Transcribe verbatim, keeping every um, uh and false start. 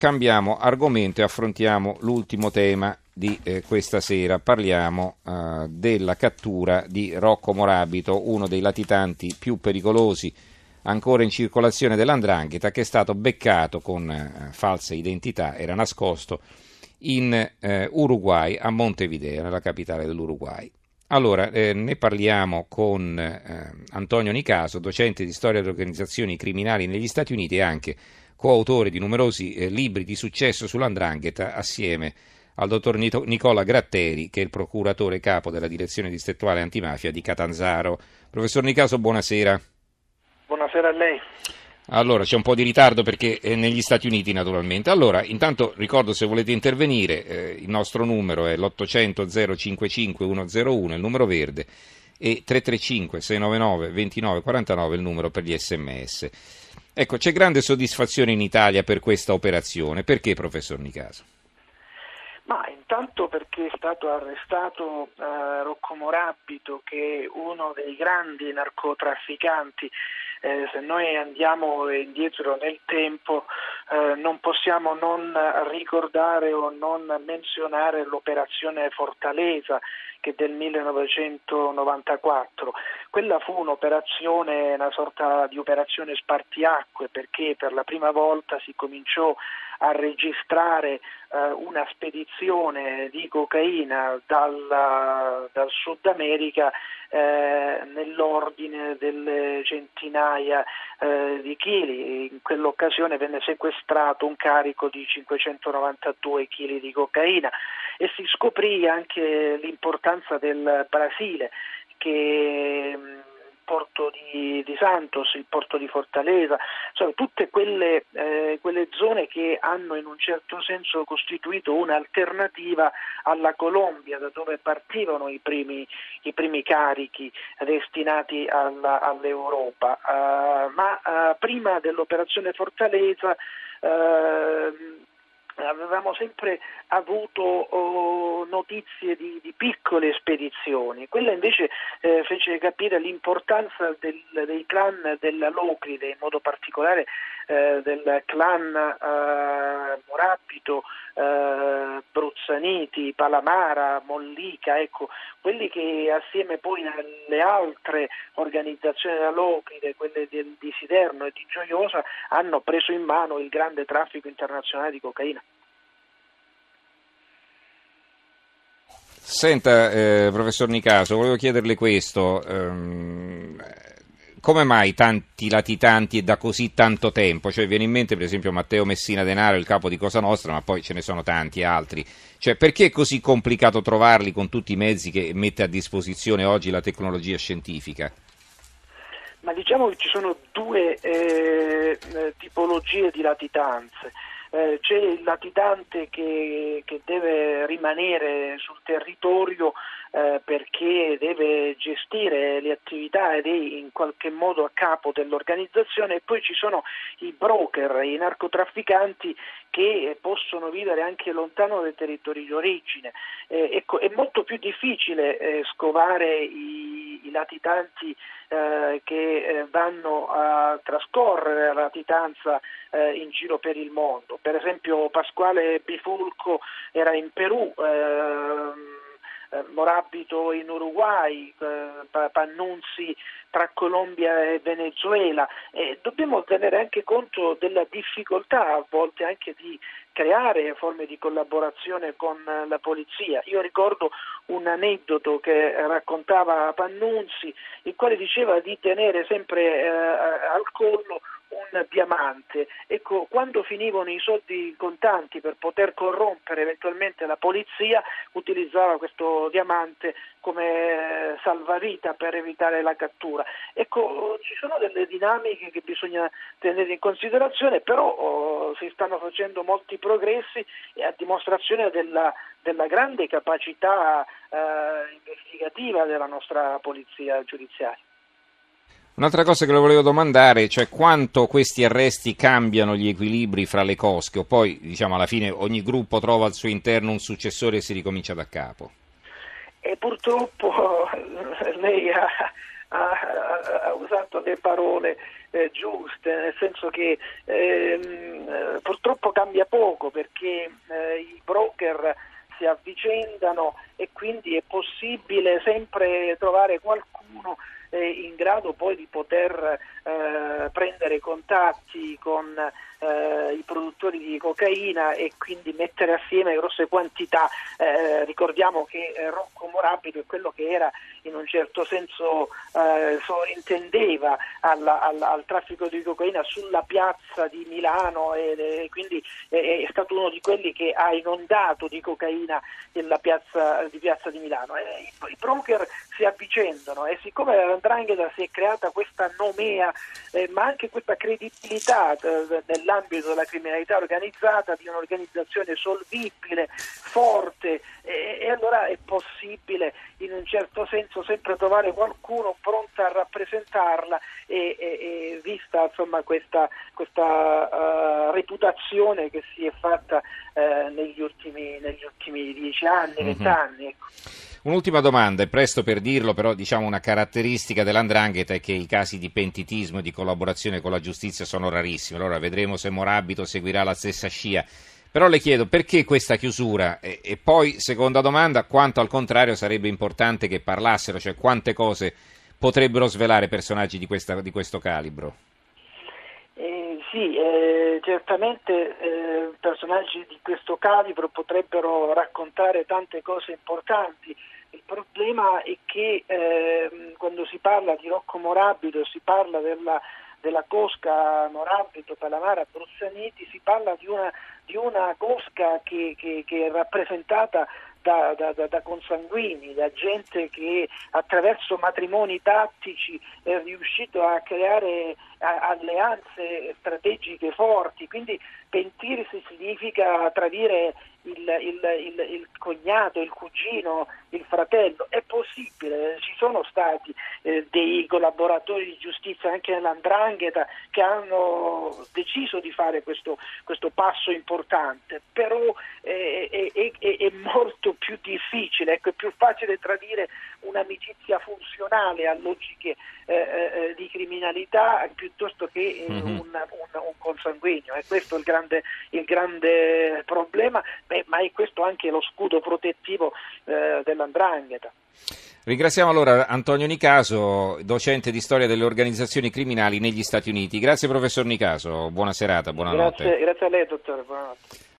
cambiamo argomento e affrontiamo l'ultimo tema di eh, questa sera. Parliamo eh, della cattura di Rocco Morabito, uno dei latitanti più pericolosi ancora in circolazione dell'Andrangheta, che è stato beccato con eh, false identità, era nascosto in eh, Uruguay, a Montevideo, nella capitale dell'Uruguay. Allora, eh, ne parliamo con eh, Antonio Nicaso, docente di storia delle organizzazioni criminali negli Stati Uniti e anche coautore di numerosi eh, libri di successo sull'Andrangheta, assieme al dottor Nicola Gratteri, che è il procuratore capo della direzione distrettuale antimafia di Catanzaro. Professor Nicaso, buonasera. Buonasera a lei. Allora, c'è un po' di ritardo perché è negli Stati Uniti naturalmente. Allora, intanto ricordo, se volete intervenire, eh, il nostro numero è l'ottocento zero cinquantacinque centouno, il numero verde, e tre tre cinque sei nove nove due nove quattro nove il numero per gli sms. Ecco, c'è grande soddisfazione in Italia per questa operazione. Perché, professor Nicaso? Ma intanto perché è stato arrestato eh, Rocco Morabito, che è uno dei grandi narcotrafficanti. Eh, se noi andiamo indietro nel tempo eh, non possiamo non ricordare o non menzionare l'operazione Fortaleza, che è del millenovecentonovantaquattro. Quella fu un'operazione, una sorta di operazione spartiacque, perché per la prima volta si cominciò a registrare eh, una spedizione di cocaina dal, dal Sud America eh, nell'ordine delle centinaia eh, di chili. In quell'occasione venne sequestrato un carico di cinquecentonovantadue chili di cocaina e si scoprì anche l'importanza del Brasile, che Porto di, di Santos, il porto di Fortaleza, insomma, tutte quelle, eh, quelle zone che hanno in un certo senso costituito un'alternativa alla Colombia, da dove partivano i primi, i primi carichi destinati alla, all'Europa. Uh, ma uh, prima dell'operazione Fortaleza uh, avevamo sempre avuto oh, notizie di, di piccole spedizioni. Quella invece eh, fece capire l'importanza del, dei clan della Locride, in modo particolare eh, del clan eh, Morabito, eh, Bruzzaniti, Palamara, Mollica, ecco, quelli che assieme poi alle altre organizzazioni della Locride, quelle di, di Siderno e di Gioiosa, hanno preso in mano il grande traffico internazionale di cocaina. Senta, eh, professor Nicaso, volevo chiederle questo, ehm, come mai tanti latitanti e da così tanto tempo? Cioè, viene in mente per esempio Matteo Messina Denaro, il capo di Cosa Nostra, ma poi ce ne sono tanti altri. Cioè, perché è così complicato trovarli con tutti i mezzi che mette a disposizione oggi la tecnologia scientifica? Ma diciamo che ci sono due eh, tipologie di latitanze. Eh, c'è il latitante che, che deve rimanere sul territorio eh, perché deve gestire le attività ed è in qualche modo a capo dell'organizzazione, e poi ci sono i broker, i narcotrafficanti che possono vivere anche lontano dai territori di origine. Eh, ecco, è molto più difficile eh, scovare i, i latitanti eh, che eh, vanno a trascorrere la latitanza eh, in giro per il mondo. Per esempio Pasquale Bifulco era in Perù, ehm, Morabito in Uruguay, eh, Pannunzi tra Colombia e Venezuela. E dobbiamo tenere anche conto della difficoltà a volte anche di creare forme di collaborazione con la polizia. Io ricordo un aneddoto che raccontava Pannunzi, il quale diceva di tenere sempre eh, al collo un diamante. Ecco, quando finivano i soldi contanti per poter corrompere eventualmente la polizia, utilizzava questo diamante come salvavita per evitare la cattura. Ecco, ci sono delle dinamiche che bisogna tenere in considerazione, però oh, si stanno facendo molti progressi, e a dimostrazione della, della grande capacità eh, investigativa della nostra polizia giudiziaria. Un'altra cosa che le volevo domandare, cioè quanto questi arresti cambiano gli equilibri fra le cosche, o poi diciamo alla fine ogni gruppo trova al suo interno un successore e si ricomincia da capo? E purtroppo lei ha, ha, ha, ha usato le parole eh, giuste, nel senso che ehm, purtroppo cambia poco, perché eh, i broker si avvicendano e quindi è possibile sempre trovare qualcuno eh, in grado poi di poter eh, prendere contatti con eh, i produttori di cocaina e quindi mettere assieme grosse quantità. Eh, ricordiamo che eh, Rocco Morabito è quello che era in un certo senso eh, sovrintendeva alla, alla, al traffico di cocaina sulla piazza di Milano e, e quindi è, è stato uno di quelli che ha inondato di cocaina la piazza di piazza di Milano. E i, i broker si avvicendano e siccome la 'ndrangheta si è creata questa nomea eh, ma anche questa credibilità eh, nell'ambito della criminalità organizzata, di un'organizzazione solvibile, forte, e, e allora è possibile in un certo senso sempre trovare qualcuno pronto a rappresentarla e, e, e vista insomma questa, questa uh, reputazione che si è fatta uh, negli ultimi negli ultimi dieci anni, venti mm-hmm. anni. Ecco. Un'ultima domanda, è presto per dirlo, però diciamo una caratteristica dell''ndrangheta è che i casi di pentitismo e di collaborazione con la giustizia sono rarissimi. Allora vedremo se Morabito seguirà la stessa scia. Però le chiedo perché questa chiusura e, e poi, seconda domanda, quanto al contrario sarebbe importante che parlassero, cioè quante cose potrebbero svelare personaggi di, questa, di questo calibro? Eh, sì, eh, certamente eh, personaggi di questo calibro potrebbero raccontare tante cose importanti. Il problema è che eh, quando si parla di Rocco Morabito, si parla della, della cosca Morabito, Palamara, Brussaniti, si parla di una, di una cosca che, che, che è rappresentata Da, da, da, da consanguini, da gente che attraverso matrimoni tattici è riuscito a creare a, alleanze strategiche forti, quindi pentirsi significa tradire il, il, il, il cognato, il cugino, il fratello. È possibile, ci sono stati eh, dei collaboratori di giustizia anche nell'Andrangheta che hanno deciso di fare questo, questo passo importante, però eh, è, è, è molto più difficile, ecco, è più facile tradire un'amicizia funzionale a logiche eh, eh, di criminalità piuttosto che eh, mm-hmm. un, un, un consanguineo, e questo è il grande, il grande problema, beh, ma è questo anche lo scudo protettivo eh, dell'Andrangheta. Ringraziamo allora Antonio Nicaso, docente di storia delle organizzazioni criminali negli Stati Uniti. Grazie professor Nicaso, buona serata, buonanotte. Grazie, grazie a lei dottore, buonanotte.